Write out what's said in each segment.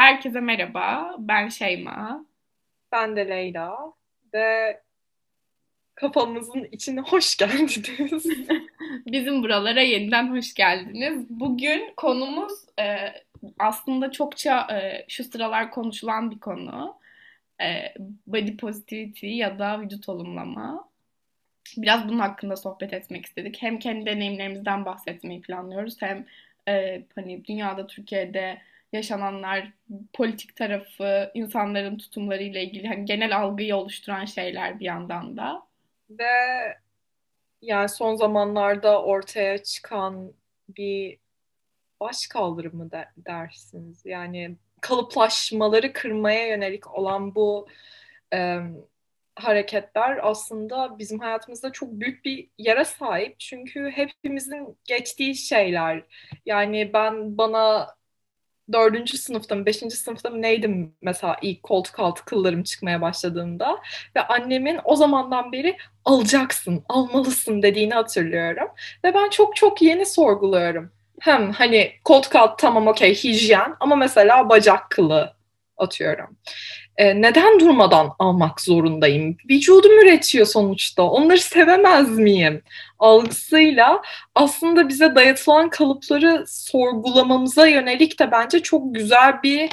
Herkese merhaba, ben Şeyma. Ben de Leyla ve kafamızın içine hoş geldiniz. Bizim buralara yeniden hoş geldiniz. Bugün konumuz aslında çokça şu sıralar konuşulan bir konu. E, Body positivity ya da vücut olumlama. Biraz bunun hakkında sohbet etmek istedik. Hem kendi deneyimlerimizden bahsetmeyi planlıyoruz hem hani dünyada, Türkiye'de yaşananlar, politik tarafı, insanların tutumlarıyla ilgili hani genel algıyı oluşturan şeyler bir yandan da. Ve yani son zamanlarda ortaya çıkan bir baş kaldırımı dersiniz. Yani kalıplaşmaları kırmaya yönelik olan bu e, hareketler aslında bizim hayatımızda çok büyük bir yere sahip. Çünkü hepimizin geçtiği şeyler. Yani bana dördüncü sınıfta mı, beşinci sınıfta mı neydim mesela ilk koltuk altı kıllarım çıkmaya başladığında ve annemin o zamandan beri alacaksın, almalısın dediğini hatırlıyorum. Ve ben çok çok yeni sorguluyorum. Hem hani koltuk altı tamam okey hijyen ama mesela bacak kılı atıyorum. Neden durmadan almak zorundayım? Vücudum üretiyor sonuçta. Onları sevemez miyim? Algısıyla aslında bize dayatılan kalıpları sorgulamamıza yönelik de bence çok güzel bir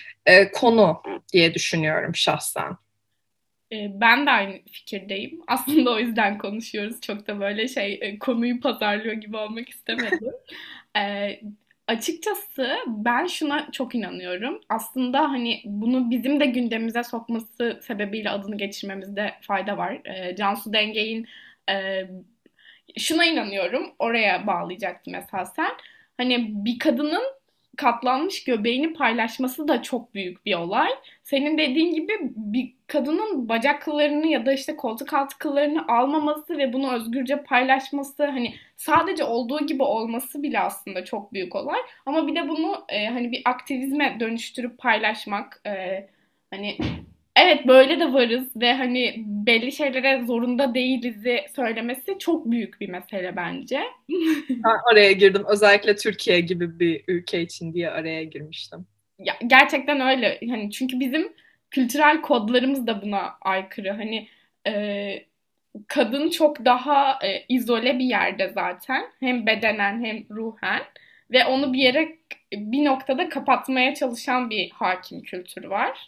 konu diye düşünüyorum şahsen. Ben de aynı fikirdeyim. Aslında o yüzden konuşuyoruz. Çok da böyle konuyu pazarlıyor gibi olmak istemedim. E, Açıkçası ben şuna çok inanıyorum. Aslında hani bunu bizim de gündemimize sokması sebebiyle adını geçirmemizde fayda var. Cansu Dengey'in e, şuna inanıyorum. Oraya bağlayacaktım esasen. Hani bir kadının katlanmış göbeğini paylaşması da çok büyük bir olay. Senin dediğin gibi bir kadının bacak kıllarını ya da işte koltuk altı kıllarını almaması ve bunu özgürce paylaşması hani sadece olduğu gibi olması bile aslında çok büyük olay. Ama bir de bunu hani bir aktivizme dönüştürüp paylaşmak hani evet böyle de varız ve hani belli şeylere zorunda değiliz'i söylemesi çok büyük bir mesele bence. Ben araya girdim. Özellikle Türkiye gibi bir ülke için diye araya girmiştim. Ya, gerçekten öyle. Hani çünkü bizim kültürel kodlarımız da buna aykırı. Hani e, kadın çok daha izole bir yerde zaten. Hem bedenen hem ruhen. Ve onu bir yere bir noktada kapatmaya çalışan bir hakim kültür var.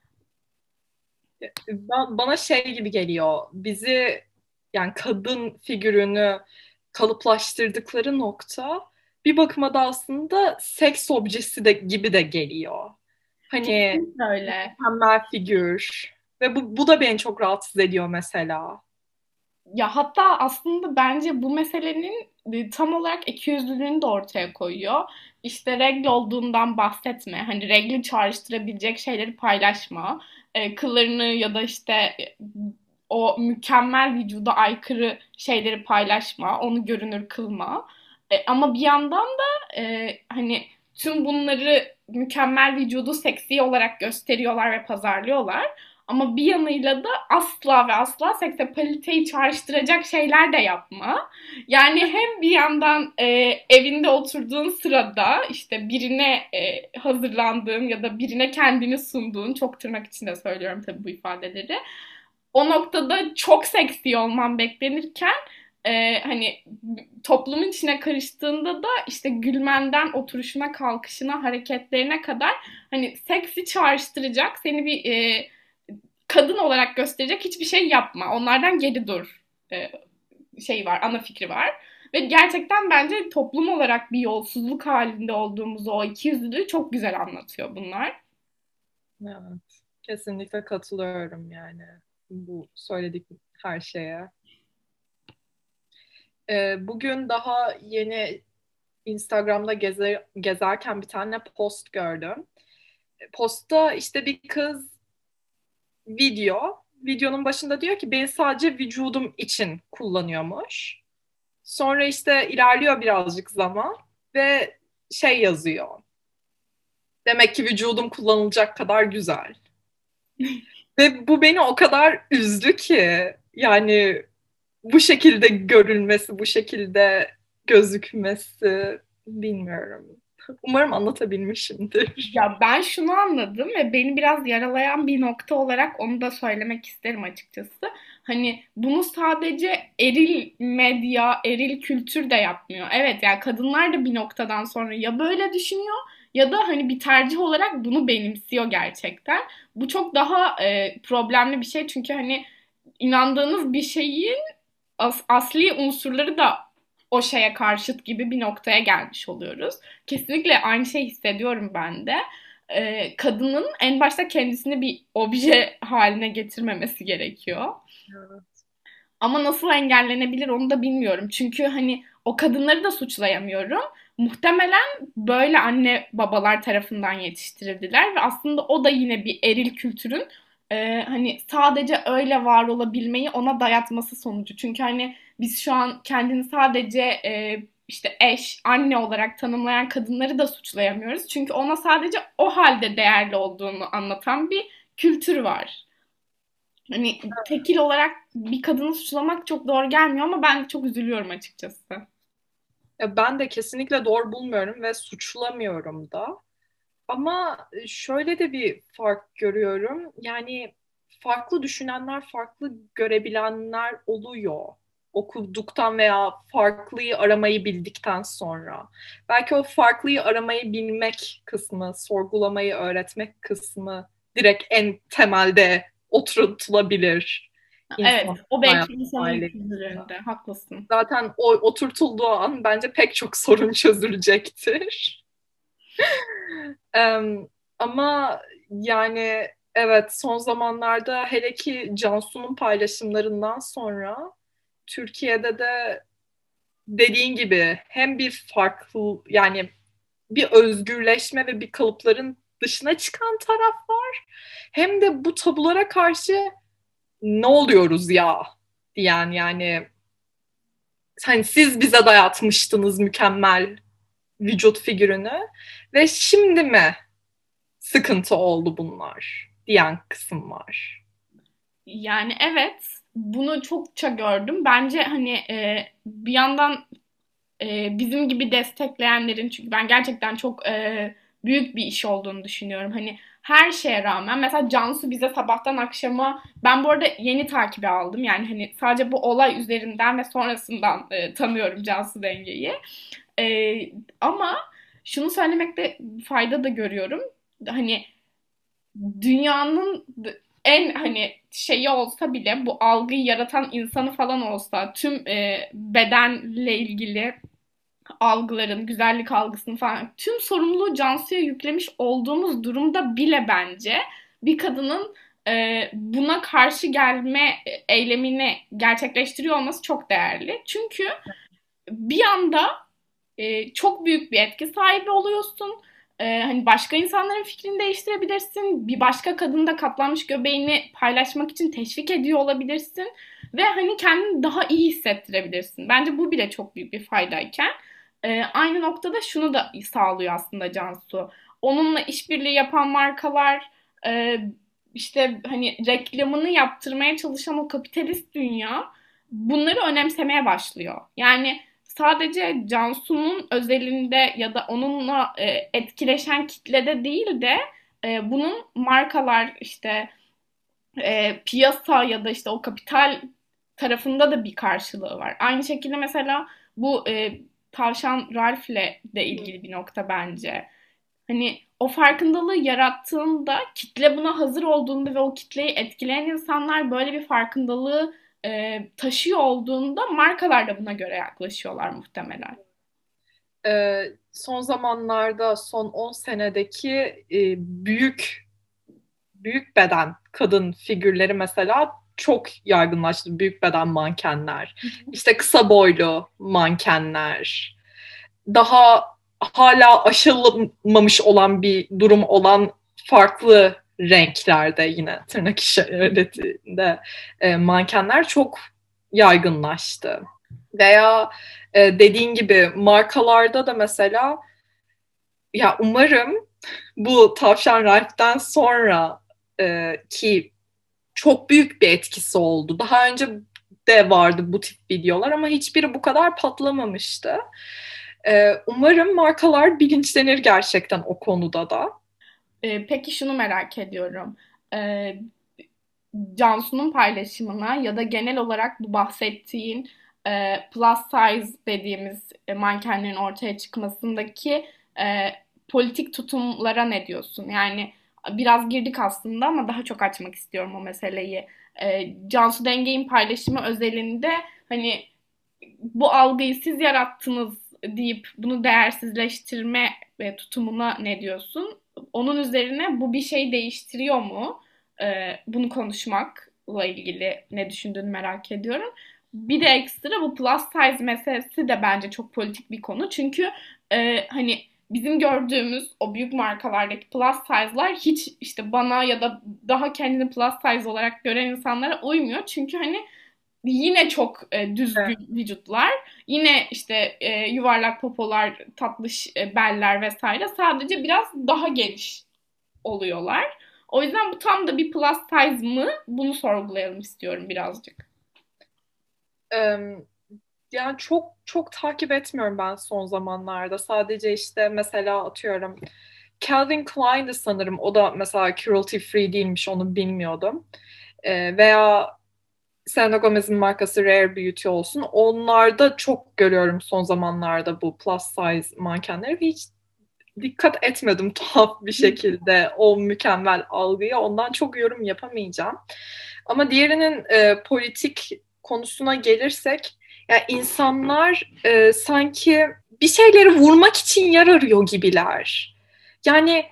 Bana şey gibi geliyor. Bizi yani kadın figürünü kalıplaştırdıkları nokta bir bakıma da aslında seks objesi de gibi de geliyor. Hani Kesinlikle öyle. mükemmel figür ve bu da beni çok rahatsız ediyor mesela. Ya hatta aslında bence bu meselenin tam olarak ikiyüzlülüğünü de ortaya koyuyor. İşte regl olduğundan bahsetme. Hani regli çağrıştırabilecek şeyleri paylaşma. Kıllarını ya da işte o mükemmel vücuda aykırı şeyleri paylaşma. Onu görünür kılma. Ama bir yandan da hani tüm bunları mükemmel vücudu seksi olarak gösteriyorlar ve pazarlıyorlar. Ama bir yanıyla da asla ve asla seksapaliteyi çağrıştıracak şeyler de yapma. Yani hem bir yandan evinde oturduğun sırada işte birine hazırlandığın ya da birine kendini sunduğun, çok tırnak içinde söylüyorum tabii bu ifadeleri. O noktada çok seksi olman beklenirken hani toplumun içine karıştığında da işte gülmenden oturuşuna, kalkışına, hareketlerine kadar hani seksi çağrıştıracak, seni bir kadın olarak gösterecek hiçbir şey yapma. Onlardan geri dur. E, Şey var, ana fikri var. Ve gerçekten bence toplum olarak bir yolsuzluk halinde olduğumuzu, o ikiyüzlülüğü çok güzel anlatıyor bunlar. Evet, kesinlikle katılıyorum yani bu söyledik her şeye. Bugün daha yeni Instagram'da gezerken bir tane post gördüm. Postta işte bir kız videonun başında diyor ki beni sadece vücudum için kullanıyormuş. Sonra işte ilerliyor birazcık zaman ve şey yazıyor. Demek ki vücudum kullanılacak kadar güzel. Ve bu beni o kadar üzdü ki yani bu şekilde görülmesi, bu şekilde gözükmesi bilmiyorum. Umarım anlatabilmişimdir. Ya ben şunu anladım ve beni biraz yaralayan bir nokta olarak onu da söylemek isterim açıkçası. Hani bunu sadece eril medya, eril kültür de yapmıyor. Evet, yani kadınlar da bir noktadan sonra ya böyle düşünüyor ya da hani bir tercih olarak bunu benimsiyor gerçekten. Bu çok daha problemli bir şey, çünkü hani inandığınız bir şeyin asli unsurları da o şeye karşıt gibi bir noktaya gelmiş oluyoruz. Kesinlikle aynı şeyi hissediyorum ben de. Kadının en başta kendisini bir obje haline getirmemesi gerekiyor. Evet. Ama nasıl engellenebilir onu da bilmiyorum. Çünkü hani o kadınları da suçlayamıyorum. Muhtemelen böyle anne babalar tarafından yetiştirildiler ve aslında o da yine bir eril kültürün hani sadece öyle var olabilmeyi ona dayatması sonucu. Çünkü hani biz şu an kendini sadece işte eş, anne olarak tanımlayan kadınları da suçlayamıyoruz. Çünkü ona sadece o halde değerli olduğunu anlatan bir kültür var. Hani tekil olarak bir kadını suçlamak çok doğru gelmiyor ama ben de çok üzülüyorum açıkçası. Ya ben de kesinlikle doğru bulmuyorum ve suçlamıyorum da. Ama şöyle de bir fark görüyorum. Yani farklı düşünenler, farklı görebilenler oluyor. Okuduktan veya farklıyı aramayı bildikten sonra. Belki o farklıyı aramayı bilmek kısmı, sorgulamayı öğretmek kısmı direkt en temelde oturtulabilir Evet, insan o belki hayatı insanın ailesinde. yükümlülüğünde. Haklısın. Zaten o oturtulduğu an bence pek çok sorun çözülecektir. Em, ama yani evet, son zamanlarda hele ki Cansu'nun paylaşımlarından sonra Türkiye'de de dediğin gibi hem bir farklı, yani bir özgürleşme ve bir kalıpların dışına çıkan taraf var. Hem de bu tabulara karşı ne oluyoruz ya diyen, yani hani siz bize dayatmıştınız mükemmel vücut figürünü ve şimdi mi sıkıntı oldu bunlar diyen kısım var. Yani evet, bunu çokça gördüm. Bence hani bir yandan bizim gibi destekleyenlerin, çünkü ben gerçekten çok büyük bir iş olduğunu düşünüyorum. Hani her şeye rağmen mesela Cansu bize sabahtan akşama, ben bu arada yeni takibi aldım. Yani hani sadece bu olay üzerinden ve sonrasından tanıyorum Cansu Denge'yi. Ama şunu söylemekte fayda da görüyorum. Hani dünyanın en hani şeyi olsa bile, bu algıyı yaratan insanı falan olsa, tüm bedenle ilgili algıların, güzellik algısını falan tüm sorumluluğu Cansu'ya yüklemiş olduğumuz durumda bile bence bir kadının buna karşı gelme eylemini gerçekleştiriyor olması çok değerli. Çünkü bir anda çok büyük bir etki sahibi oluyorsun. Hani başka insanların fikrini değiştirebilirsin. Bir başka kadının da katlanmış göbeğini paylaşmak için teşvik ediyor olabilirsin. Ve hani kendini daha iyi hissettirebilirsin. Bence bu bile çok büyük bir faydayken aynı noktada şunu da sağlıyor aslında Cansu. Onunla işbirliği yapan markalar, e, işte hani reklamını yaptırmaya çalışan o kapitalist dünya bunları önemsemeye başlıyor. Yani sadece Cansu'nun özelinde ya da onunla etkileşen kitlede değil de bunun markalar, işte piyasa ya da işte o kapital tarafında da bir karşılığı var. Aynı şekilde mesela bu Tavşan Ralph'le de ilgili bir nokta bence. Hani o farkındalığı yarattığında, kitle buna hazır olduğunda ve o kitleyi etkileyen insanlar böyle bir farkındalığı taşıyor olduğunda markalar da buna göre yaklaşıyorlar muhtemelen. Son zamanlarda, son 10 senedeki büyük beden kadın figürleri mesela çok yaygınlaştı. Büyük beden mankenler, işte kısa boylu mankenler, daha hala aşılamamış olan bir durum olan farklı renklerde, yine tırnak işaretinde mankenler çok yaygınlaştı. Veya dediğin gibi markalarda da mesela, ya umarım bu Tavşan Ralph'ten sonra ki çok büyük bir etkisi oldu. Daha önce de vardı bu tip videolar ama hiçbiri bu kadar patlamamıştı. Umarım markalar bilinçlenir gerçekten o konuda da. Peki şunu merak ediyorum. Ee, Cansu'nun paylaşımına ya da genel olarak bu bahsettiğin plus size dediğimiz mankenlerin ortaya çıkmasındaki politik tutumlara ne diyorsun? Yani biraz girdik aslında ama daha çok açmak istiyorum o meseleyi. Cansu Denge'nin paylaşımı özelinde hani bu algıyı siz yarattınız deyip bunu değersizleştirme tutumuna ne diyorsun? Onun üzerine bu bir şey değiştiriyor mu? Bunu konuşmakla ilgili ne düşündüğünü merak ediyorum. Bir de ekstra bu plus size meselesi de bence çok politik bir konu. Çünkü hani bizim gördüğümüz o büyük markalardaki plus size'lar hiç işte bana ya da daha kendini plus size olarak gören insanlara uymuyor. Çünkü hani yine çok Evet. düzgün vücutlar, yine işte yuvarlak popolar, tatlış beller vesaire. Sadece biraz daha geniş oluyorlar. O yüzden bu tam da bir plus size mı? Bunu sorgulayalım istiyorum birazcık. Ee, Yani çok çok takip etmiyorum ben son zamanlarda. Sadece işte mesela atıyorum Calvin Klein'di sanırım. O da mesela cruelty free değilmiş, onu bilmiyordum. Veya Selena Gomez'in markası Rare Beauty olsun. Onlarda çok görüyorum son zamanlarda bu plus size mankenleri ve hiç dikkat etmedim tuhaf bir şekilde o mükemmel algıya. Ondan çok yorum yapamayacağım. Ama diğerinin politik konusuna gelirsek, ya insanlar sanki bir şeyleri vurmak için yer arıyor gibiler. Yani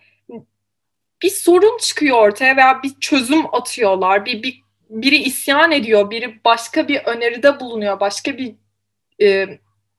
bir sorun çıkıyor ortaya veya bir çözüm atıyorlar. Biri isyan ediyor, biri başka bir öneride bulunuyor, başka bir e,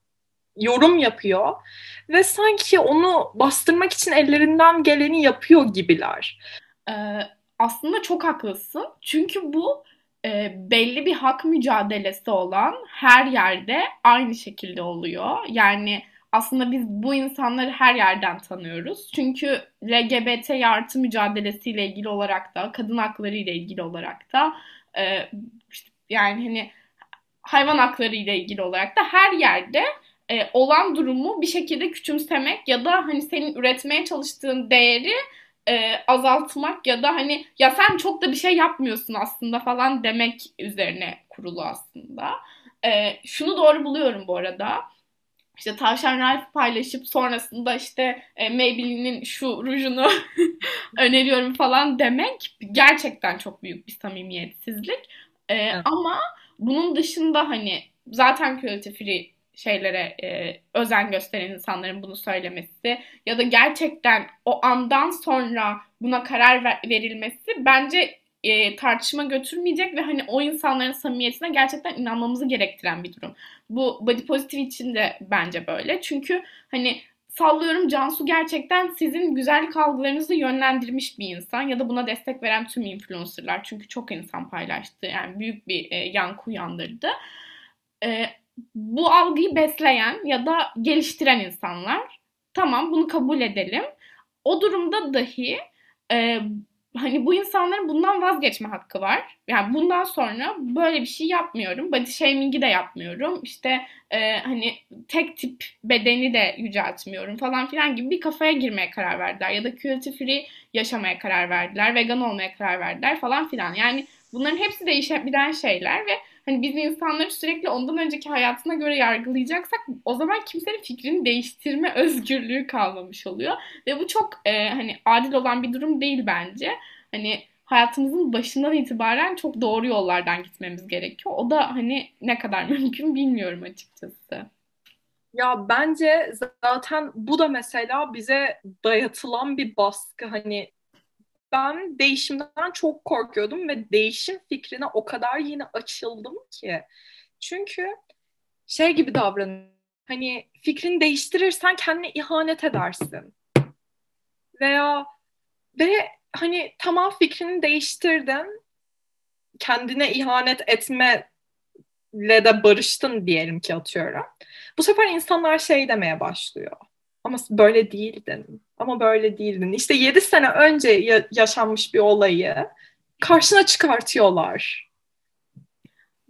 yorum yapıyor ve sanki onu bastırmak için ellerinden geleni yapıyor gibiler. Ee, Aslında çok haklısın. Çünkü bu belli bir hak mücadelesi olan her yerde aynı şekilde oluyor. Yani aslında biz bu insanları her yerden tanıyoruz. Çünkü LGBT artı mücadelesiyle ilgili olarak da, kadın hakları ile ilgili olarak da, işte yani hani hayvan hakları ile ilgili olarak da her yerde olan durumu bir şekilde küçümsemek ya da hani senin üretmeye çalıştığın değeri azaltmak ya da hani ya sen çok da bir şey yapmıyorsun aslında falan demek üzerine kurulu aslında. Şunu doğru buluyorum bu arada. İşte Tavşan Ralph paylaşıp sonrasında işte Maybelline'in şu rujunu öneriyorum falan demek gerçekten çok büyük bir samimiyetsizlik. Evet. Ama bunun dışında hani zaten cruelty free şeylere özen gösteren insanların bunu söylemesi ya da gerçekten o andan sonra buna karar verilmesi bence tartışma götürmeyecek ve hani o insanların samimiyetine gerçekten inanmamızı gerektiren bir durum. Bu body positive için de bence böyle. Çünkü hani sallıyorum Cansu gerçekten sizin güzellik algılarınızı yönlendirmiş bir insan ya da buna destek veren tüm influencerlar. Çünkü çok insan paylaştı. Yani büyük bir yankı uyandırdı. E, Bu algıyı besleyen ya da geliştiren insanlar. Tamam bunu kabul edelim. O durumda dahi e, hani bu insanların bundan vazgeçme hakkı var. Yani bundan sonra böyle bir şey yapmıyorum. Body shaming'i de yapmıyorum. İşte hani tek tip bedeni de yüceltmiyorum falan filan gibi bir kafaya girmeye karar verdiler. Ya da cruelty free yaşamaya karar verdiler. Vegan olmaya karar verdiler falan filan. Yani bunların hepsi değişebilen şeyler ve hani biz insanları sürekli ondan önceki hayatına göre yargılayacaksak o zaman kimsenin fikrini değiştirme özgürlüğü kalmamış oluyor. Ve bu çok hani adil olan bir durum değil bence. Hani hayatımızın başından itibaren çok doğru yollardan gitmemiz gerekiyor. O da hani ne kadar mümkün bilmiyorum açıkçası. Ya bence zaten bu da mesela bize dayatılan bir baskı. Hani ben değişimden çok korkuyordum ve değişim fikrine o kadar yeni açıldım ki. Çünkü şey gibi davranıyorum. Hani fikrini değiştirirsen kendine ihanet edersin. Veya ve hani tamam, fikrini değiştirdin, kendine ihanet etmekle de barıştın diyelim ki, atıyorum. Bu sefer insanlar şey demeye başlıyor. Ama böyle değildin. Ama böyle değildin. İşte 7 sene önce yaşanmış bir olayı karşına çıkartıyorlar.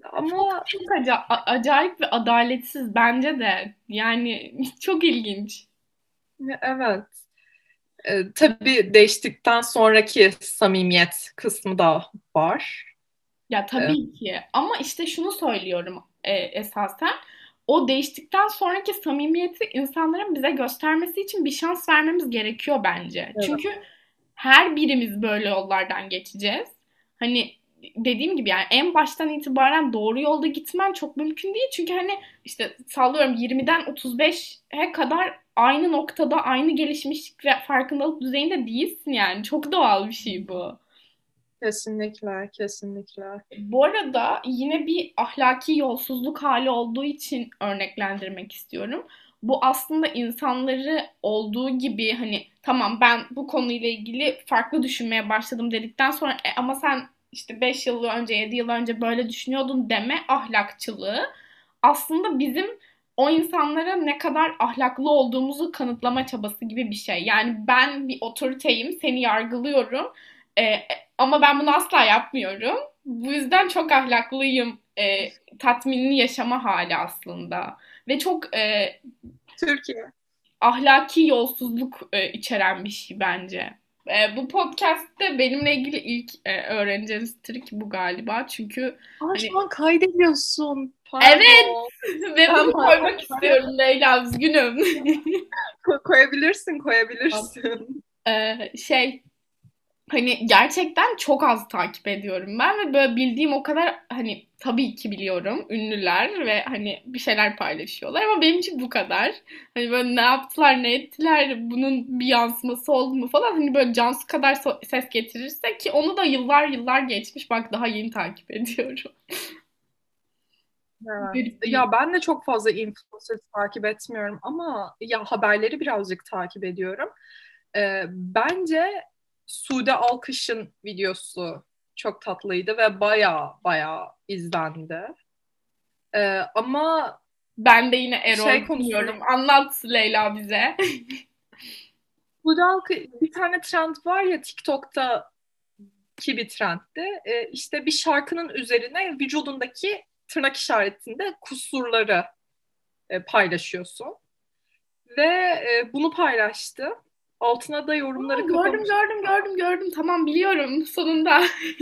Ama Çok acayip ve adaletsiz bence de. Yani çok ilginç. evet. Tabii değiştikten sonraki samimiyet kısmı da var. Ya E, tabii ki ama işte şunu söylüyorum esasen o değiştikten sonraki samimiyeti insanların bize göstermesi için bir şans vermemiz gerekiyor bence. evet. Çünkü her birimiz böyle yollardan geçeceğiz. Hani dediğim gibi yani en baştan itibaren doğru yolda gitmen çok mümkün değil. Çünkü hani işte sallıyorum 20'den 35'e kadar aynı noktada aynı gelişmişlik ve farkındalık düzeyinde değilsin yani. Çok doğal bir şey bu. Kesinlikle, kesinlikle. Bu arada yine bir ahlaki yolsuzluk hali olduğu için örneklendirmek istiyorum. Bu aslında insanları olduğu gibi hani tamam ben bu konuyla ilgili farklı düşünmeye başladım dedikten sonra ama sen işte 5 yıl önce 7 yıl önce böyle düşünüyordun deme ahlakçılığı aslında bizim o insanlara ne kadar ahlaklı olduğumuzu kanıtlama çabası gibi bir şey. Yani ben bir otoriteyim, seni yargılıyorum. E, ama ben bunu asla yapmıyorum. Bu yüzden çok ahlaklıyım tatminini yaşama hali aslında. Ve çok Türkiye. ahlaki yolsuzluk içeren bir şey bence. Bu podcast'te benimle ilgili ilk öğreneceğiniz trik bu galiba. Çünkü Aa, hani şu an kaydediyorsun. evet Pardon. ve bunu Ben koymak istiyorum Leyla üzgünüm. koyabilirsin, koyabilirsin. Şey hani gerçekten çok az takip ediyorum ben ve böyle bildiğim o kadar hani tabii ki biliyorum ünlüler ve hani bir şeyler paylaşıyorlar ama benim için bu kadar. Hani böyle ne yaptılar ne ettiler bunun bir yansıması oldu mu falan hani böyle Cansu kadar ses getirirse ki onu da yıllar yıllar geçmiş bak daha yeni takip ediyorum. Evet. Garip bir Ya ben de çok fazla influencer takip etmiyorum ama ya haberleri birazcık takip ediyorum. Bence Sude Alkış'ın videosu çok tatlıydı ve baya baya izlendi. Ama ben de yine Erol şey konusunu bilmiyorum. Anlat Leyla bize. Sude Alkış bir tane trend var ya TikTok'ta ki bir trendti. İşte bir şarkının üzerine vücudundaki tırnak işaretinde kusurları paylaşıyorsun. Ve bunu paylaştı. Altına da yorumları Gördüm kapamış. gördüm gördüm gördüm tamam biliyorum sonunda.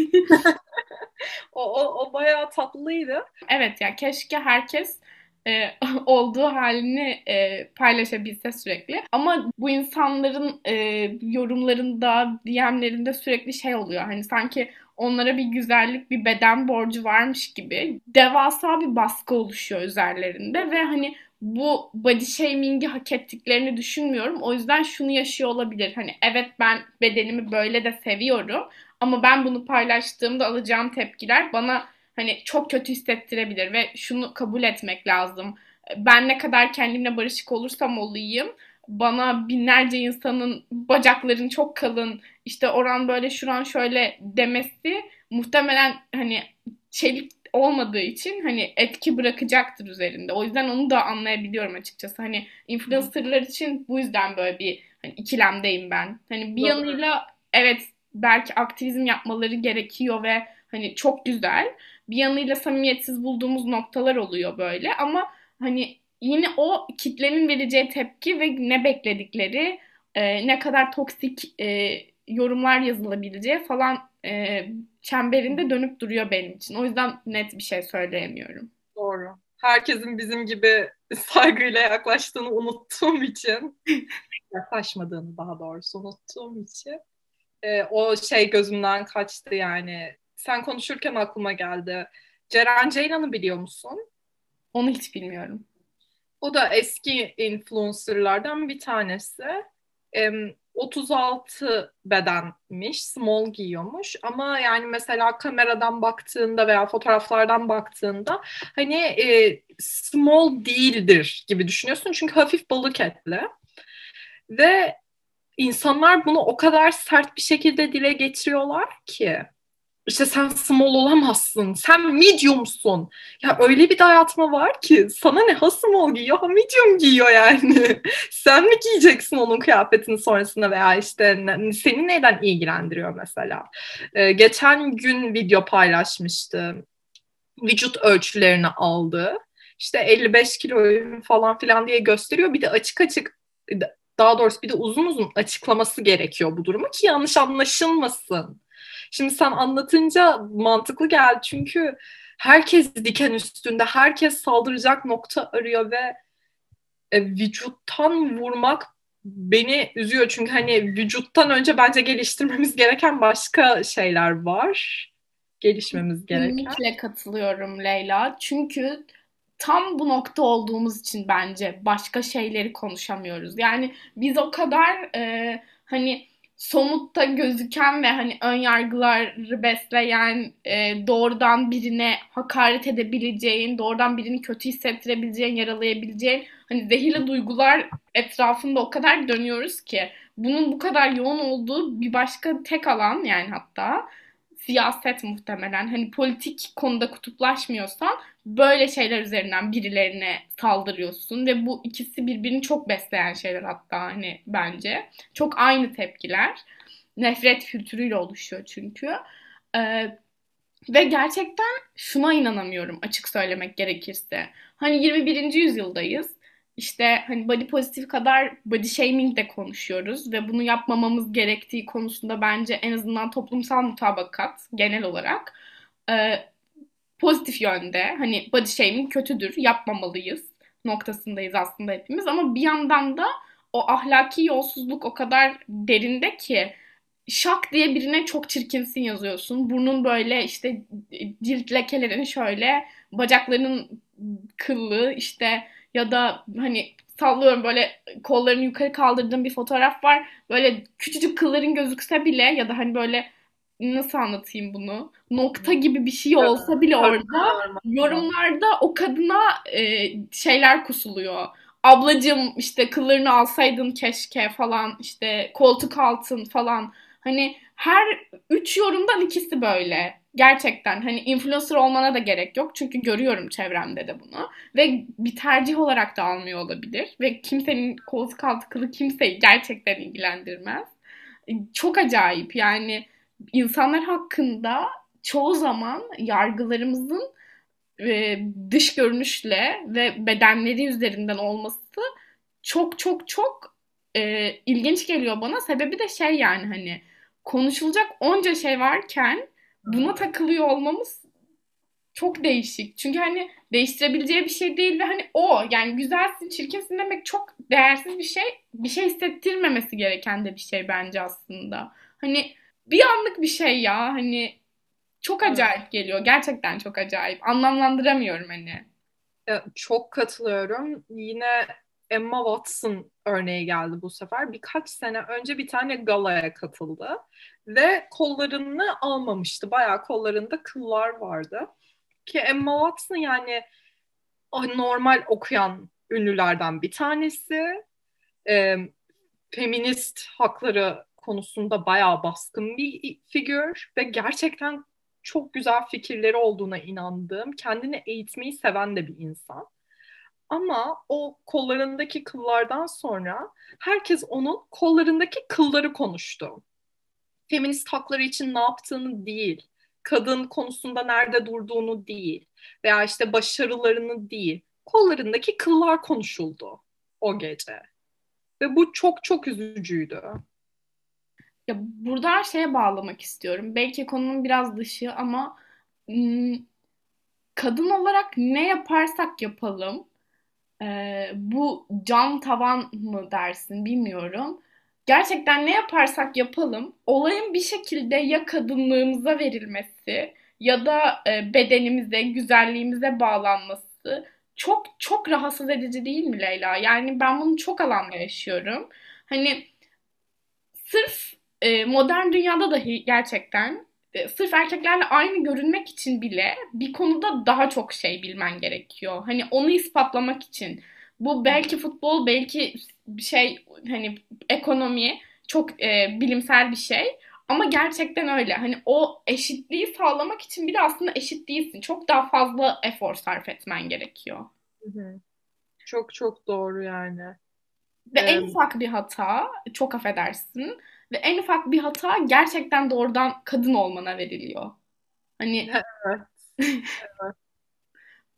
O bayağı tatlıydı. Evet ya keşke herkes olduğu halini paylaşabilse sürekli. Ama bu insanların yorumlarında, DM'lerinde sürekli şey oluyor. Hani sanki onlara bir güzellik, bir beden borcu varmış gibi devasa bir baskı oluşuyor üzerlerinde ve hani bu body shaming'i hak ettiklerini düşünmüyorum. O yüzden şunu yaşıyor olabilir. Hani evet ben bedenimi böyle de seviyorum ama ben bunu paylaştığımda alacağım tepkiler bana hani çok kötü hissettirebilir ve şunu kabul etmek lazım. Ben ne kadar kendimle barışık olursam olayım bana binlerce insanın bacakların çok kalın işte oran böyle şuran şöyle demesi muhtemelen hani çelik olmadığı için hani etki bırakacaktır üzerinde. O yüzden onu da anlayabiliyorum açıkçası. Hani influencerlar için bu yüzden böyle bir hani ikilemdeyim ben. Hani bir Doğru. yanıyla evet belki aktivizm yapmaları gerekiyor ve hani çok güzel bir yanıyla samimiyetsiz bulduğumuz noktalar oluyor böyle ama hani yine o kitlenin vereceği tepki ve ne bekledikleri ne kadar toksik yorumlar yazılabileceği falan çemberinde dönüp duruyor benim için. O yüzden net bir şey söyleyemiyorum. Doğru. Herkesin bizim gibi saygıyla yaklaştığını unuttuğum için, yaklaşmadığını daha doğrusu unuttuğum için o şey gözümden kaçtı yani. Sen konuşurken aklıma geldi. Ceren Ceylan'ı biliyor musun? Onu hiç bilmiyorum. O da eski influencerlardan bir tanesi. 36 bedenmiş, small giyiyormuş ama yani mesela kameradan baktığında veya fotoğraflardan baktığında hani small değildir gibi düşünüyorsun çünkü hafif balık etli ve insanlar bunu o kadar sert bir şekilde dile getiriyorlar ki. İşte sen small olamazsın. Sen medium'sun. Ya öyle bir dayatma var ki sana ne ha small giyiyor ha medium giyiyor yani. Sen mi giyeceksin onun kıyafetini sonrasında veya işte seni neden ilgilendiriyor mesela? Geçen gün video paylaşmıştı. vücut ölçülerini aldı. İşte 55 kiloyum falan filan diye gösteriyor. Bir de açık açık, daha doğrusu bir de uzun uzun açıklaması gerekiyor bu durumu ki yanlış anlaşılmasın. Şimdi sen anlatınca mantıklı geldi çünkü herkes diken üstünde, herkes saldıracak nokta arıyor ve vücuttan vurmak beni üzüyor. Çünkü hani vücuttan önce bence geliştirmemiz gereken başka şeyler var. Gelişmemiz gereken. Kesinlikle katılıyorum Leyla. Çünkü tam bu nokta olduğumuz için bence başka şeyleri konuşamıyoruz. Yani biz o kadar hani somutta gözüken ve hani ön yargıları besleyen, doğrudan birine hakaret edebileceğin, doğrudan birini kötü hissettirebileceğin, yaralayabileceğin hani zehirli duygular etrafında o kadar dönüyoruz ki bunun bu kadar yoğun olduğu bir başka tek alan, yani hatta siyaset muhtemelen. Hani politik konuda kutuplaşmıyorsan böyle şeyler üzerinden birilerine saldırıyorsun ve bu ikisi birbirini çok besleyen şeyler, hatta hani bence. Çok aynı tepkiler. Nefret kültürüyle oluşuyor çünkü. Ee, Ve gerçekten şuna inanamıyorum, açık söylemek gerekirse. Hani 21. yüzyıldayız. İşte hani body pozitif kadar body shaming de konuşuyoruz ve bunu yapmamamız gerektiği konusunda bence en azından toplumsal mutabakat genel olarak e, pozitif yönde. Hani body shaming kötüdür, yapmamalıyız noktasındayız aslında hepimiz, ama bir yandan da o ahlaki yolsuzluk o kadar derinde ki şak diye birine çok çirkinsin yazıyorsun. Burnun böyle, işte cilt lekelerin şöyle, bacaklarının kıllı işte, ya da hani sallıyorum böyle kollarını yukarı kaldırdığın bir fotoğraf var. Böyle küçücük kılların gözükse bile ya da hani böyle, nasıl anlatayım bunu? Nokta gibi bir şey olsa bile orada Sarma. yorumlarda o kadına şeyler kusuluyor. Ablacım işte kıllarını alsaydın keşke falan, işte koltuk altın falan. Hani her üç yorumdan ikisi böyle. Gerçekten hani influencer olmana da gerek yok. Çünkü görüyorum çevremde de bunu. Ve bir tercih olarak da almıyor olabilir. Ve kimsenin koltuk altı kılı kimseyi gerçekten ilgilendirmez. Çok acayip yani, insanlar hakkında çoğu zaman yargılarımızın dış görünüşle ve bedenleri üzerinden olması çok çok çok ilginç geliyor bana. Sebebi de şey, yani hani konuşulacak onca şey varken buna takılıyor olmamız çok değişik. Çünkü hani değiştirebileceği bir şey değil ve hani o, yani güzelsin, çirkinsin demek çok değersiz bir şey. Bir şey hissettirmemesi gereken de bir şey bence aslında. Hani bir anlık bir şey ya, hani çok Evet. acayip geliyor. Gerçekten çok acayip. Anlamlandıramıyorum hani. Çok katılıyorum. Yine Emma Watson örneği geldi bu sefer. Birkaç sene önce bir tane galaya katıldı ve kollarını almamıştı. Bayağı kollarında kıllar vardı. Ki Emma Watson yani normal okuyan ünlülerden bir tanesi. E, Feminist hakları konusunda bayağı baskın bir figür ve gerçekten çok güzel fikirleri olduğuna inandığım, kendini eğitmeyi seven de bir insan. Ama o kollarındaki kıllardan sonra herkes onun kollarındaki kılları konuştu. Feminist hakları için ne yaptığını değil, kadın konusunda nerede durduğunu değil veya işte başarılarını değil, kollarındaki kıllar konuşuldu o gece. Ve bu çok çok üzücüydü. Ya burada şeye bağlamak istiyorum. Belki konunun biraz dışı ama ım, kadın olarak ne yaparsak yapalım, bu cam tavan mı dersin bilmiyorum. Gerçekten ne yaparsak yapalım, olayın bir şekilde ya kadınlığımıza verilmesi ya da bedenimize, güzelliğimize bağlanması çok çok rahatsız edici değil mi Leyla? Yani ben bunu çok alanda yaşıyorum. Hani sırf modern dünyada dahi gerçekten sırf erkeklerle aynı görünmek için bile bir konuda daha çok şey bilmen gerekiyor. Hani onu ispatlamak için. Bu belki futbol, belki bir şey, hani ekonomi, çok bilimsel bir şey. Ama gerçekten öyle. Hani o eşitliği sağlamak için bile aslında eşit değilsin. Çok daha fazla efor sarf etmen gerekiyor. Hı hı. Çok çok doğru yani. Ve Ee, en ufak bir hata, çok affedersin, ve en ufak bir hata gerçekten doğrudan kadın olmana veriliyor. Hani evet.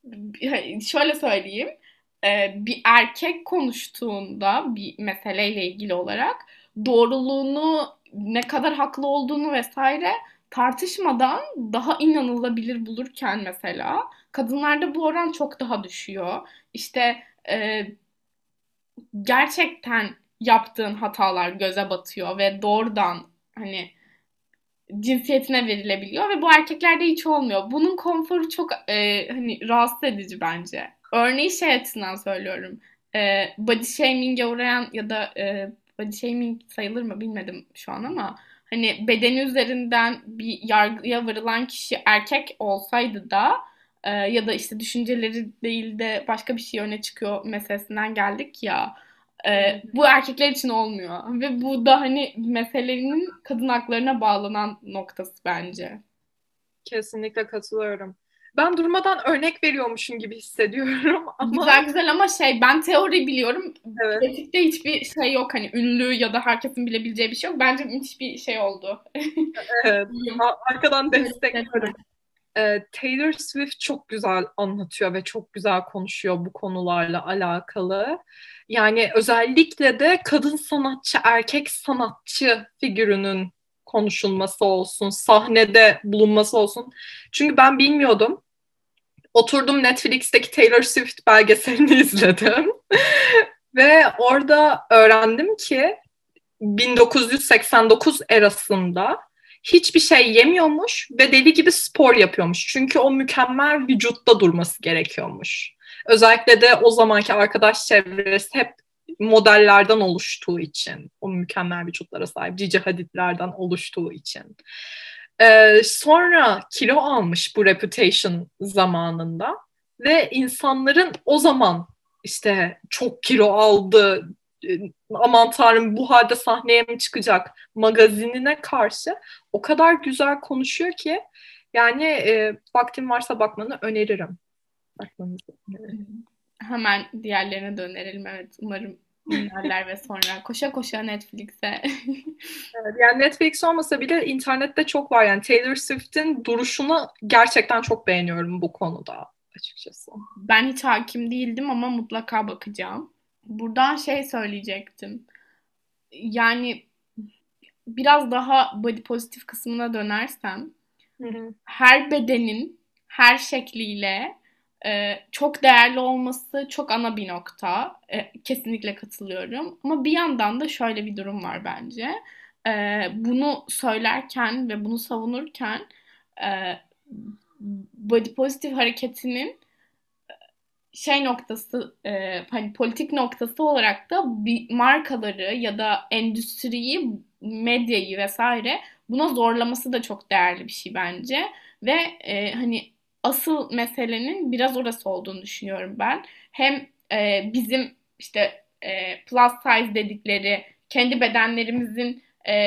Şöyle söyleyeyim. Bir erkek konuştuğunda bir meseleyle ilgili olarak doğruluğunu, ne kadar haklı olduğunu vesaire tartışmadan daha inanılabilir bulurken mesela kadınlarda bu oran çok daha düşüyor. İşte e, gerçekten yaptığın hatalar göze batıyor ve doğrudan hani cinsiyetine verilebiliyor ve bu erkeklerde hiç olmuyor. Bunun konforu çok hani rahatsız edici bence. Örneği şey açısından söylüyorum. Body shaming'e uğrayan ya da body shaming sayılır mı bilmedim şu an ama hani bedeni üzerinden bir yargıya varılan kişi erkek olsaydı da ya da işte düşünceleri değil de başka bir şey öne çıkıyor meselesinden geldik ya. Bu erkekler için olmuyor. Ve bu da hani meselenin kadın haklarına bağlanan noktası bence. Kesinlikle katılıyorum. Ben durmadan örnek veriyormuşum gibi hissediyorum ama Güzel güzel ama şey ben teori biliyorum. evet, Pratikte hiçbir şey yok. Hani ünlü ya da herkesin bilebileceği bir şey yok. Bence müthiş bir şey oldu. evet. Uyum. Arkadan Söylediklerine. destekliyorum. Taylor Swift çok güzel anlatıyor ve çok güzel konuşuyor bu konularla alakalı. Yani özellikle de kadın sanatçı, erkek sanatçı figürünün konuşulması olsun, sahnede bulunması olsun. Çünkü ben bilmiyordum. Oturdum Netflix'teki Taylor Swift belgeselini izledim. Ve orada öğrendim ki 1989 erasında hiçbir şey yemiyormuş ve deli gibi spor yapıyormuş. Çünkü o mükemmel vücutta durması gerekiyormuş. Özellikle de o zamanki arkadaş çevresi hep modellerden oluştuğu için, o mükemmel vücutlara sahip Cici Hadid'lerden oluştuğu için. Sonra kilo almış bu Reputation zamanında ve insanların o zaman işte çok kilo aldı, aman tanrım bu halde sahneye mi çıkacak magazinine karşı o kadar güzel konuşuyor ki yani vaktin varsa bakmanı öneririm. Bakmanızı öneririm. Hemen diğerlerine dönelim. Evet, umarım dinlerler ve sonra koşa koşa Netflix'e. Evet, yani Netflix olmasa bile internette çok var. Yani Taylor Swift'in duruşunu gerçekten çok beğeniyorum bu konuda açıkçası. Ben hiç hakim değildim ama mutlaka bakacağım. Buradan şey söyleyecektim. Yani biraz daha body pozitif kısmına dönersem Hı hı. her bedenin her şekliyle çok değerli olması çok ana bir nokta. Kesinlikle katılıyorum. Ama bir yandan da şöyle bir durum var bence. Bunu söylerken ve bunu savunurken e, body pozitif hareketinin şey noktası hani politik noktası olarak da bir markaları ya da endüstriyi, medyayı vesaire buna zorlaması da çok değerli bir şey bence. Ve hani asıl meselenin biraz orası olduğunu düşünüyorum ben. Hem bizim işte plus size dedikleri kendi bedenlerimizin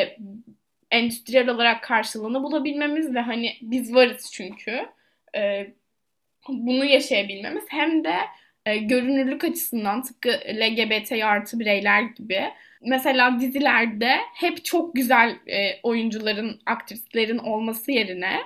endüstriyel olarak karşılığını bulabilmemiz ve hani biz varız çünkü. E, Bunu yaşayabilmemiz hem de görünürlük açısından tıpkı LGBT artı bireyler gibi mesela dizilerde hep çok güzel oyuncuların, aktrislerin olması yerine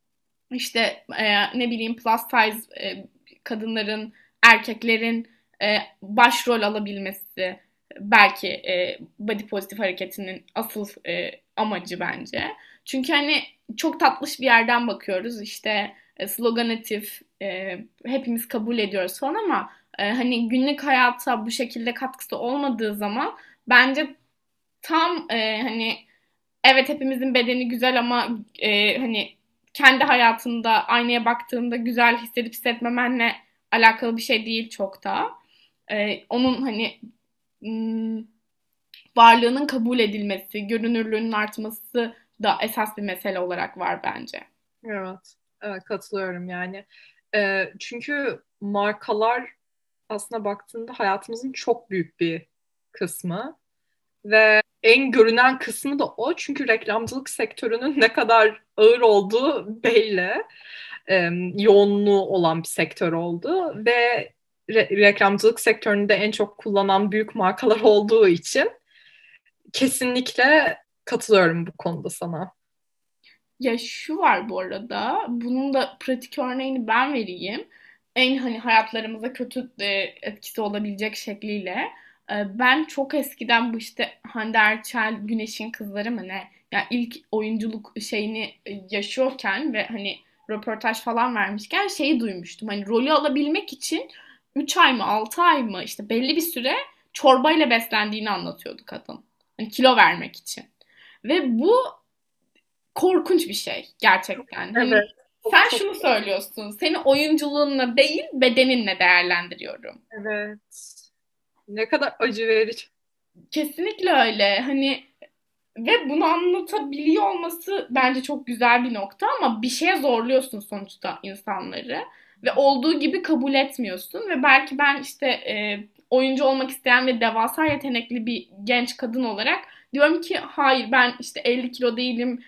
işte ne bileyim plus size kadınların, erkeklerin başrol alabilmesi belki body pozitif hareketinin asıl amacı bence. Çünkü hani çok tatlış bir yerden bakıyoruz işte sloganetif hepimiz kabul ediyoruz falan ama hani günlük hayata bu şekilde katkısı olmadığı zaman bence tam hani evet hepimizin bedeni güzel ama hani kendi hayatında aynaya baktığında güzel hissedip hissetmemenle alakalı bir şey değil çok da. Onun hani m, varlığının kabul edilmesi, görünürlüğünün artması da esas bir mesele olarak var bence. Evet, evet katılıyorum yani. Çünkü markalar aslında baktığında hayatımızın çok büyük bir kısmı. Ve en görünen kısmı da o. Çünkü reklamcılık sektörünün ne kadar ağır olduğu belli. Yoğunluğu olan bir sektör oldu. Ve reklamcılık sektöründe en çok kullanan büyük markalar olduğu için kesinlikle katılıyorum bu konuda sana. Ya şu var bu arada, bunun da pratik örneğini ben vereyim. en hani hayatlarımıza kötü etkisi olabilecek şekliyle. Ben çok eskiden bu işte Hande Erçel, Güneş'in Kızları mı ne? Yani ilk oyunculuk şeyini yaşıyorken ve hani röportaj falan vermişken şeyi duymuştum. Hani rolü alabilmek için 3 ay mı 6 ay mı işte belli bir süre çorbayla beslendiğini anlatıyordu kadın. Hani kilo vermek için. Ve bu korkunç bir şey gerçekten. Hani Evet. Çok sen çok şunu söylüyorsun. Seni oyunculuğunla değil bedeninle değerlendiriyorum. evet. Ne kadar acı verici. Kesinlikle öyle. Hani ve bunu anlatabiliyor olması bence çok güzel bir nokta ama bir şeye zorluyorsun sonuçta insanları ve olduğu gibi kabul etmiyorsun ve belki ben işte oyuncu olmak isteyen ve devasa yetenekli bir genç kadın olarak diyorum ki hayır ben işte 50 kilo değilim,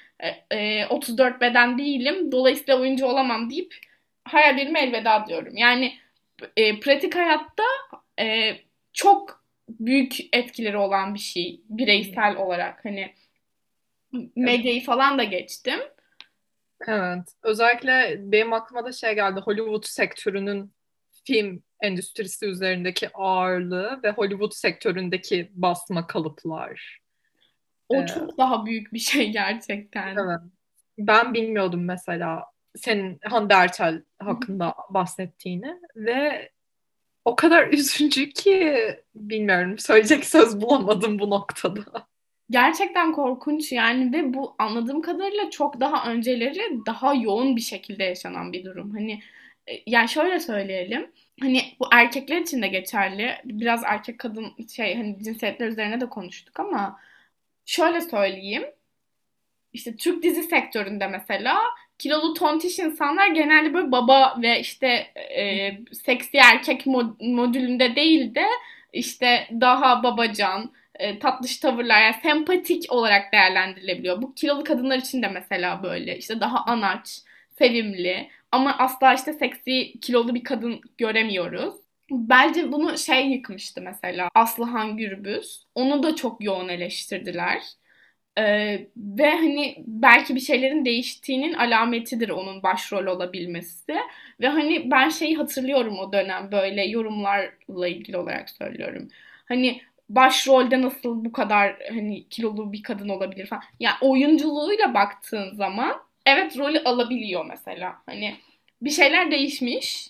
34 beden değilim dolayısıyla oyuncu olamam deyip hayallerime elveda diyorum. Yani pratik hayatta e, çok büyük etkileri olan bir şey bireysel olarak hani medyayı falan da geçtim. Evet. Özellikle benim aklıma da şey geldi. Hollywood sektörünün film endüstrisi üzerindeki ağırlığı ve Hollywood sektöründeki basma kalıplar. O Ee, çok daha büyük bir şey gerçekten. evet. Ben bilmiyordum mesela senin Hande Erçel hakkında bahsettiğini ve o kadar üzücü ki bilmiyorum söyleyecek söz bulamadım bu noktada. Gerçekten korkunç yani ve bu anladığım kadarıyla çok daha önceleri daha yoğun bir şekilde yaşanan bir durum. Hani yani şöyle söyleyelim. Hani bu erkekler için de geçerli. Biraz erkek kadın şey hani cinsiyetler üzerine de konuştuk ama şöyle söyleyeyim. İşte Türk dizi sektöründe mesela kilolu tontiş insanlar genelde böyle baba ve işte seksi erkek modülünde değil de işte daha babacan, tatlış tavırlar yani sempatik olarak değerlendirilebiliyor. Bu kilolu kadınlar için de mesela böyle işte daha anaç, sevimli ama asla işte seksi kilolu bir kadın göremiyoruz. Bence bunu şey yıkmıştı mesela Aslıhan Gürbüz. Onu da çok yoğun eleştirdiler. Ve hani belki bir şeylerin değiştiğinin alametidir onun başrol olabilmesi. Ve hani ben şeyi hatırlıyorum o dönem böyle yorumlarla ilgili olarak söylüyorum. Hani başrolde nasıl bu kadar hani kilolu bir kadın olabilir falan. Yani oyunculuğuyla baktığın zaman evet rolü alabiliyor mesela. Hani bir şeyler değişmiş.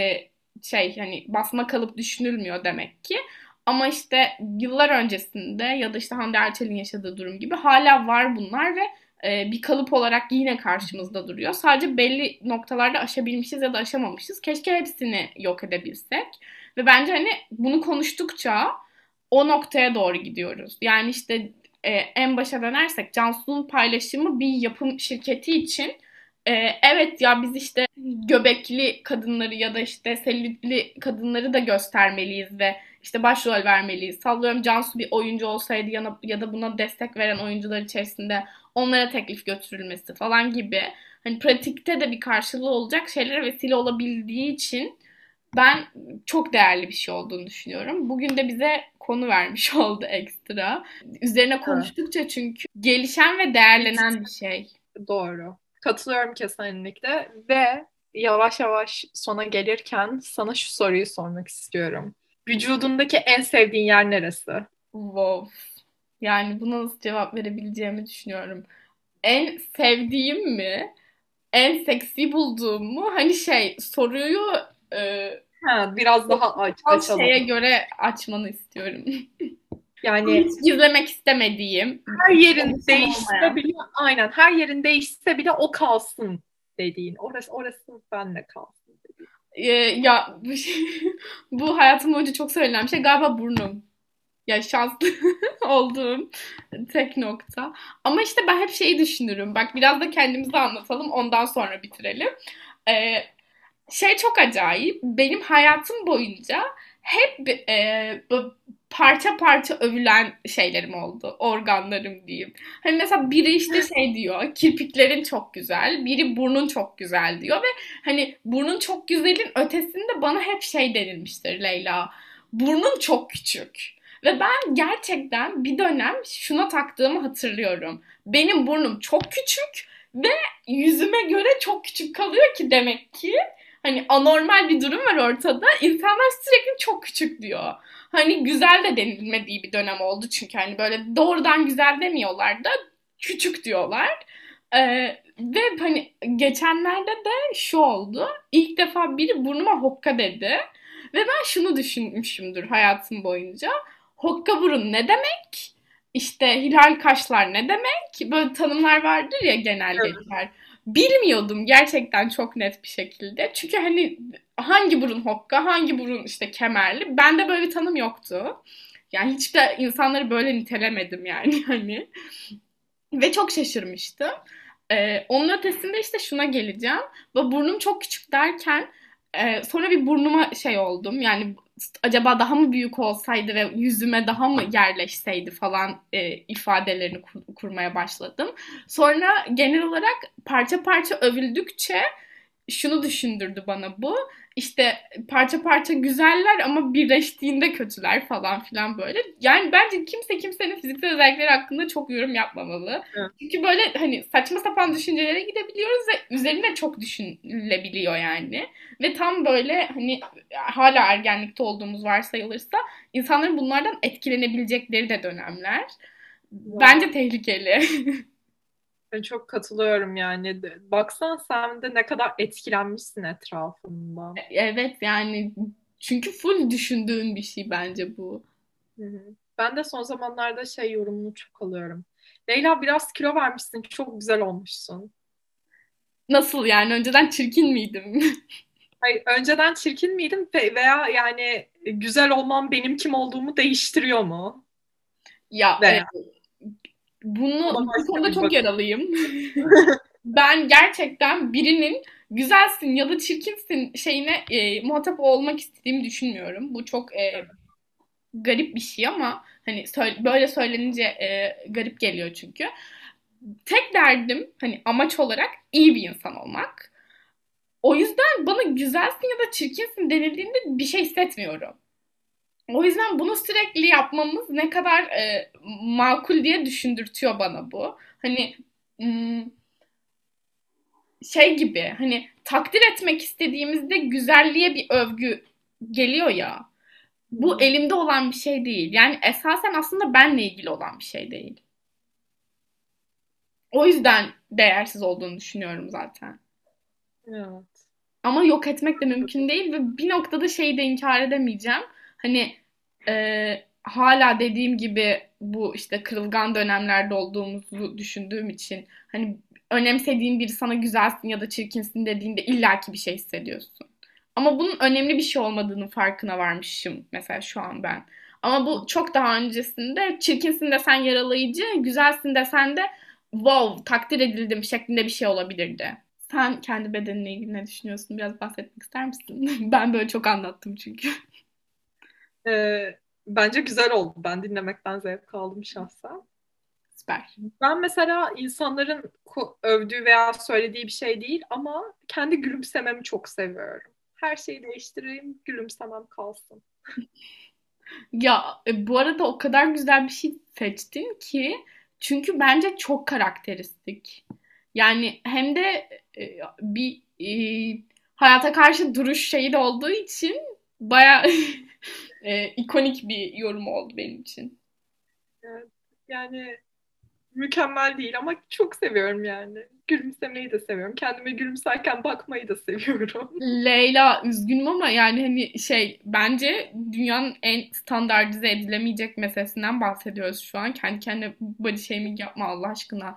Şey hani basma kalıp düşünülmüyor demek ki. Ama işte yıllar öncesinde ya da işte Hande Erçel'in yaşadığı durum gibi hala var bunlar ve bir kalıp olarak yine karşımızda duruyor. Sadece belli noktalarda aşabilmişiz ya da aşamamışız. Keşke hepsini yok edebilsek. Ve bence hani bunu konuştukça o noktaya doğru gidiyoruz. Yani işte en başa dönersek Cansu'nun paylaşımı bir yapım şirketi için e, evet ya biz işte göbekli kadınları ya da işte selülitli kadınları da göstermeliyiz ve işte başrol vermeliyiz. Sallıyorum Cansu bir oyuncu olsaydı ya da buna destek veren oyuncular içerisinde onlara teklif götürülmesi falan gibi. Hani pratikte de bir karşılığı olacak şeylere vesile olabildiği için ben çok değerli bir şey olduğunu düşünüyorum. Bugün de bize konu vermiş oldu ekstra. Üzerine Evet. konuştukça çünkü gelişen ve değerlenen bir şey. Doğru. Katılıyorum kesinlikle ve yavaş yavaş sona gelirken sana şu soruyu sormak istiyorum. Vücudundaki en sevdiğin yer neresi? Wow. Yani buna nasıl cevap verebileceğimi düşünüyorum. En sevdiğim mi? En seksi bulduğum mu? Hani şey soruyu e, Ha, biraz daha toplumsal şeye açalım. göre açmanı istiyorum. Yani Hiç gizlemek istemediğim, her yerin konuşan değişse olmayan. bile aynen her yerin değişse bile o kalsın dediğin. Orası benle kalsın. Ya bu hayatım boyunca çok söylenen bir şey galiba burnum. Ya şanslı olduğum tek nokta. Ama işte ben hep şeyi düşünürüm. Bak biraz da kendimizi anlatalım ondan sonra bitirelim. Ee, Şey çok acayip. Benim hayatım boyunca hep parça parça övülen şeylerim oldu. Organlarım diyeyim. Hani mesela biri işte şey diyor. Kirpiklerin çok güzel. Biri burnun çok güzel diyor ve hani burnun çok güzelin ötesinde bana hep şey denilmiştir Leyla. Burnun çok küçük. Ve ben gerçekten bir dönem şuna taktığımı hatırlıyorum. Benim burnum çok küçük ve yüzüme göre çok küçük kalıyor ki demek ki Hani anormal bir durum var ortada. İnsanlar sürekli çok küçük diyor. Hani güzel de denilmediği bir dönem oldu çünkü hani böyle doğrudan güzel demiyorlar da küçük diyorlar. Ve hani geçenlerde de şu oldu. İlk defa biri burnuma hokka dedi. Ve ben şunu düşünmüşümdür hayatım boyunca. Hokka burun ne demek? İşte hilal kaşlar ne demek? Böyle tanımlar vardır ya genel Evet. geçer. Bilmiyordum gerçekten çok net bir şekilde. Çünkü hani hangi burun hokka, hangi burun işte kemerli. Bende böyle bir tanım yoktu. Yani hiç de insanları böyle nitelemedim yani hani. Ve çok şaşırmıştım. Onun ötesinde işte şuna geleceğim. Ve burnum çok küçük derken sonra bir burnuma şey oldum. Yani acaba daha mı büyük olsaydı ve yüzüme daha mı yerleşseydi falan ifadelerini kurmaya başladım. Sonra genel olarak parça parça övüldükçe şunu düşündürdü bana bu. İşte parça parça güzeller ama birleştiğinde kötüler falan filan böyle. Yani bence kimse kimsenin fiziksel özellikleri hakkında çok yorum yapmamalı. Evet. Çünkü böyle hani saçma sapan düşüncelere gidebiliyoruz ve üzerine çok düşünülebiliyor yani. Ve tam böyle hani hala ergenlikte olduğumuz varsayılırsa insanların bunlardan etkilenebilecekleri de dönemler. Wow. Bence tehlikeli. Ben çok katılıyorum yani. Baksan sen de ne kadar etkilenmişsin etrafından. Evet yani çünkü full düşündüğün bir şey bence bu. Hı hı. Ben de son zamanlarda şey yorumunu çok alıyorum. Leyla biraz kilo vermişsin, çok güzel olmuşsun. Nasıl yani önceden çirkin miydim? Hayır, önceden çirkin miydim veya yani güzel olmam benim kim olduğumu değiştiriyor mu? Ya Veya bunu ona bu başka konuda bir çok bakış. yaralıyım. Ben gerçekten birinin güzelsin ya da çirkinsin şeyine muhatap olmak istediğimi düşünmüyorum. Bu çok garip bir şey ama hani böyle söylenince garip geliyor çünkü. Tek derdim hani amaç olarak iyi bir insan olmak. O yüzden bana güzelsin ya da çirkinsin denildiğinde bir şey hissetmiyorum. O yüzden bunu sürekli yapmamız ne kadar makul diye düşündürtüyor bana bu. Hani hmm, şey gibi hani takdir etmek istediğimizde güzelliğe bir övgü geliyor ya. Hı Bu hı. elimde olan bir şey değil. Yani esasen aslında benle ilgili olan bir şey değil. O yüzden değersiz olduğunu düşünüyorum zaten. Evet. Ama yok etmek de mümkün değil ve bir noktada şeyi de inkar edemeyeceğim. Hani hala dediğim gibi bu işte kırılgan dönemlerde olduğumuzu düşündüğüm için hani önemsediğin biri sana güzelsin ya da çirkinsin dediğinde illaki bir şey hissediyorsun. Ama bunun önemli bir şey olmadığının farkına varmışım mesela şu an ben. Ama bu çok daha öncesinde çirkinsin desen yaralayıcı, güzelsin desen de wow takdir edildim şeklinde bir şey olabilirdi. Sen kendi bedeninle ilgili ne düşünüyorsun? Biraz bahsetmek ister misin? Ben böyle çok anlattım çünkü. Bence güzel oldu. Ben dinlemekten zevk aldım şahsen. Süper. Ben mesela insanların övdüğü veya söylediği bir şey değil ama kendi gülümsememi çok seviyorum. Her şeyi değiştireyim, gülümsemem kalsın. Ya bu arada o kadar güzel bir şey seçtin ki çünkü bence çok karakteristik. Yani hem de bir hayata karşı duruş şeyi de olduğu için baya ikonik bir yorum oldu benim için. Evet, yani mükemmel değil ama çok seviyorum yani. Gülümsemeyi de seviyorum. Kendime gülümserken bakmayı da seviyorum. Leyla üzgünüm ama yani hani şey bence dünyanın en standartize edilemeyecek meselesinden bahsediyoruz şu an. Kendi kendine body shaming yapma Allah aşkına.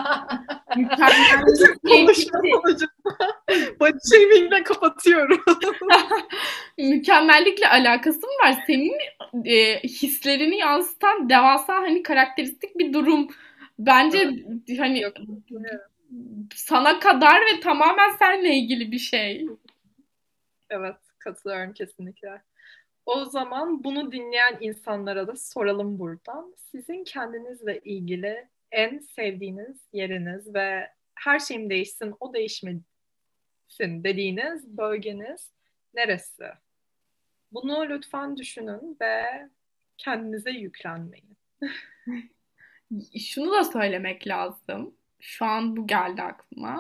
Bütün konuşma Mükemmeliyetçi. sonucu body shaming'le kapatıyorum. Mükemmellikle alakası mı var? Senin hislerini yansıtan devasa hani karakteristik bir durum. Bence Evet, hani yok. sana kadar ve tamamen seninle ilgili bir şey. Evet, katılıyorum kesinlikle. O zaman bunu dinleyen insanlara da soralım buradan. Sizin kendinizle ilgili en sevdiğiniz yeriniz ve her şeyim değişsin, o değişmesin dediğiniz bölgeniz neresi? Bunu lütfen düşünün ve kendinize yüklenmeyin. Şunu da söylemek lazım. Şu an bu geldi aklıma.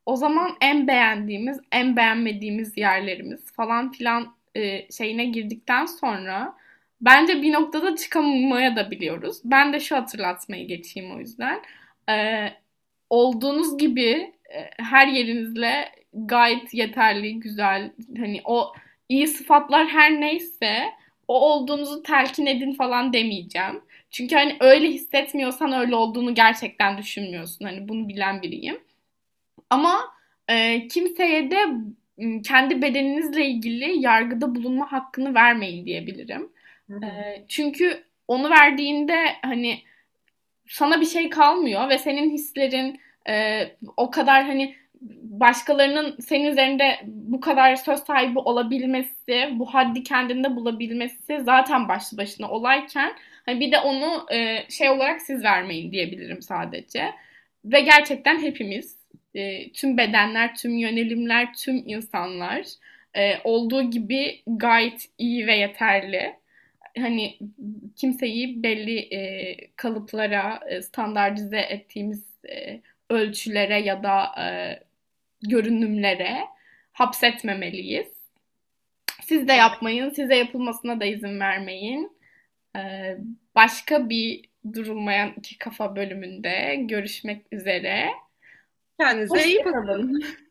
o zaman en beğendiğimiz, en beğenmediğimiz yerlerimiz falan filan şeyine girdikten sonra bence bir noktada çıkamaya da biliyoruz. Ben de şu hatırlatmayı geçeyim o yüzden. E, Olduğunuz gibi her yerinizle gayet yeterli, güzel. Hani o iyi sıfatlar her neyse o olduğunuzu telkin edin falan demeyeceğim. Çünkü hani öyle hissetmiyorsan öyle olduğunu gerçekten düşünmüyorsun. Hani bunu bilen biriyim. Ama kimseye de kendi bedeninizle ilgili yargıda bulunma hakkını vermeyin diyebilirim. Hı hı. Çünkü onu verdiğinde hani sana bir şey kalmıyor ve senin hislerin o kadar hani başkalarının senin üzerinde bu kadar söz sahibi olabilmesi, bu haddi kendinde bulabilmesi zaten başlı başına olayken hani bir de onu şey olarak siz vermeyin diyebilirim sadece. Ve gerçekten hepimiz, tüm bedenler, tüm yönelimler, tüm insanlar olduğu gibi gayet iyi ve yeterli. Hani kimseyi belli kalıplara, standartize ettiğimiz ölçülere ya da görünümlere hapsetmemeliyiz. Siz de Evet. yapmayın, size yapılmasına da izin vermeyin. E, Başka bir Durulmayan İki Kafa bölümünde görüşmek üzere. Kendinize iyi bakın. Hoşçakalın.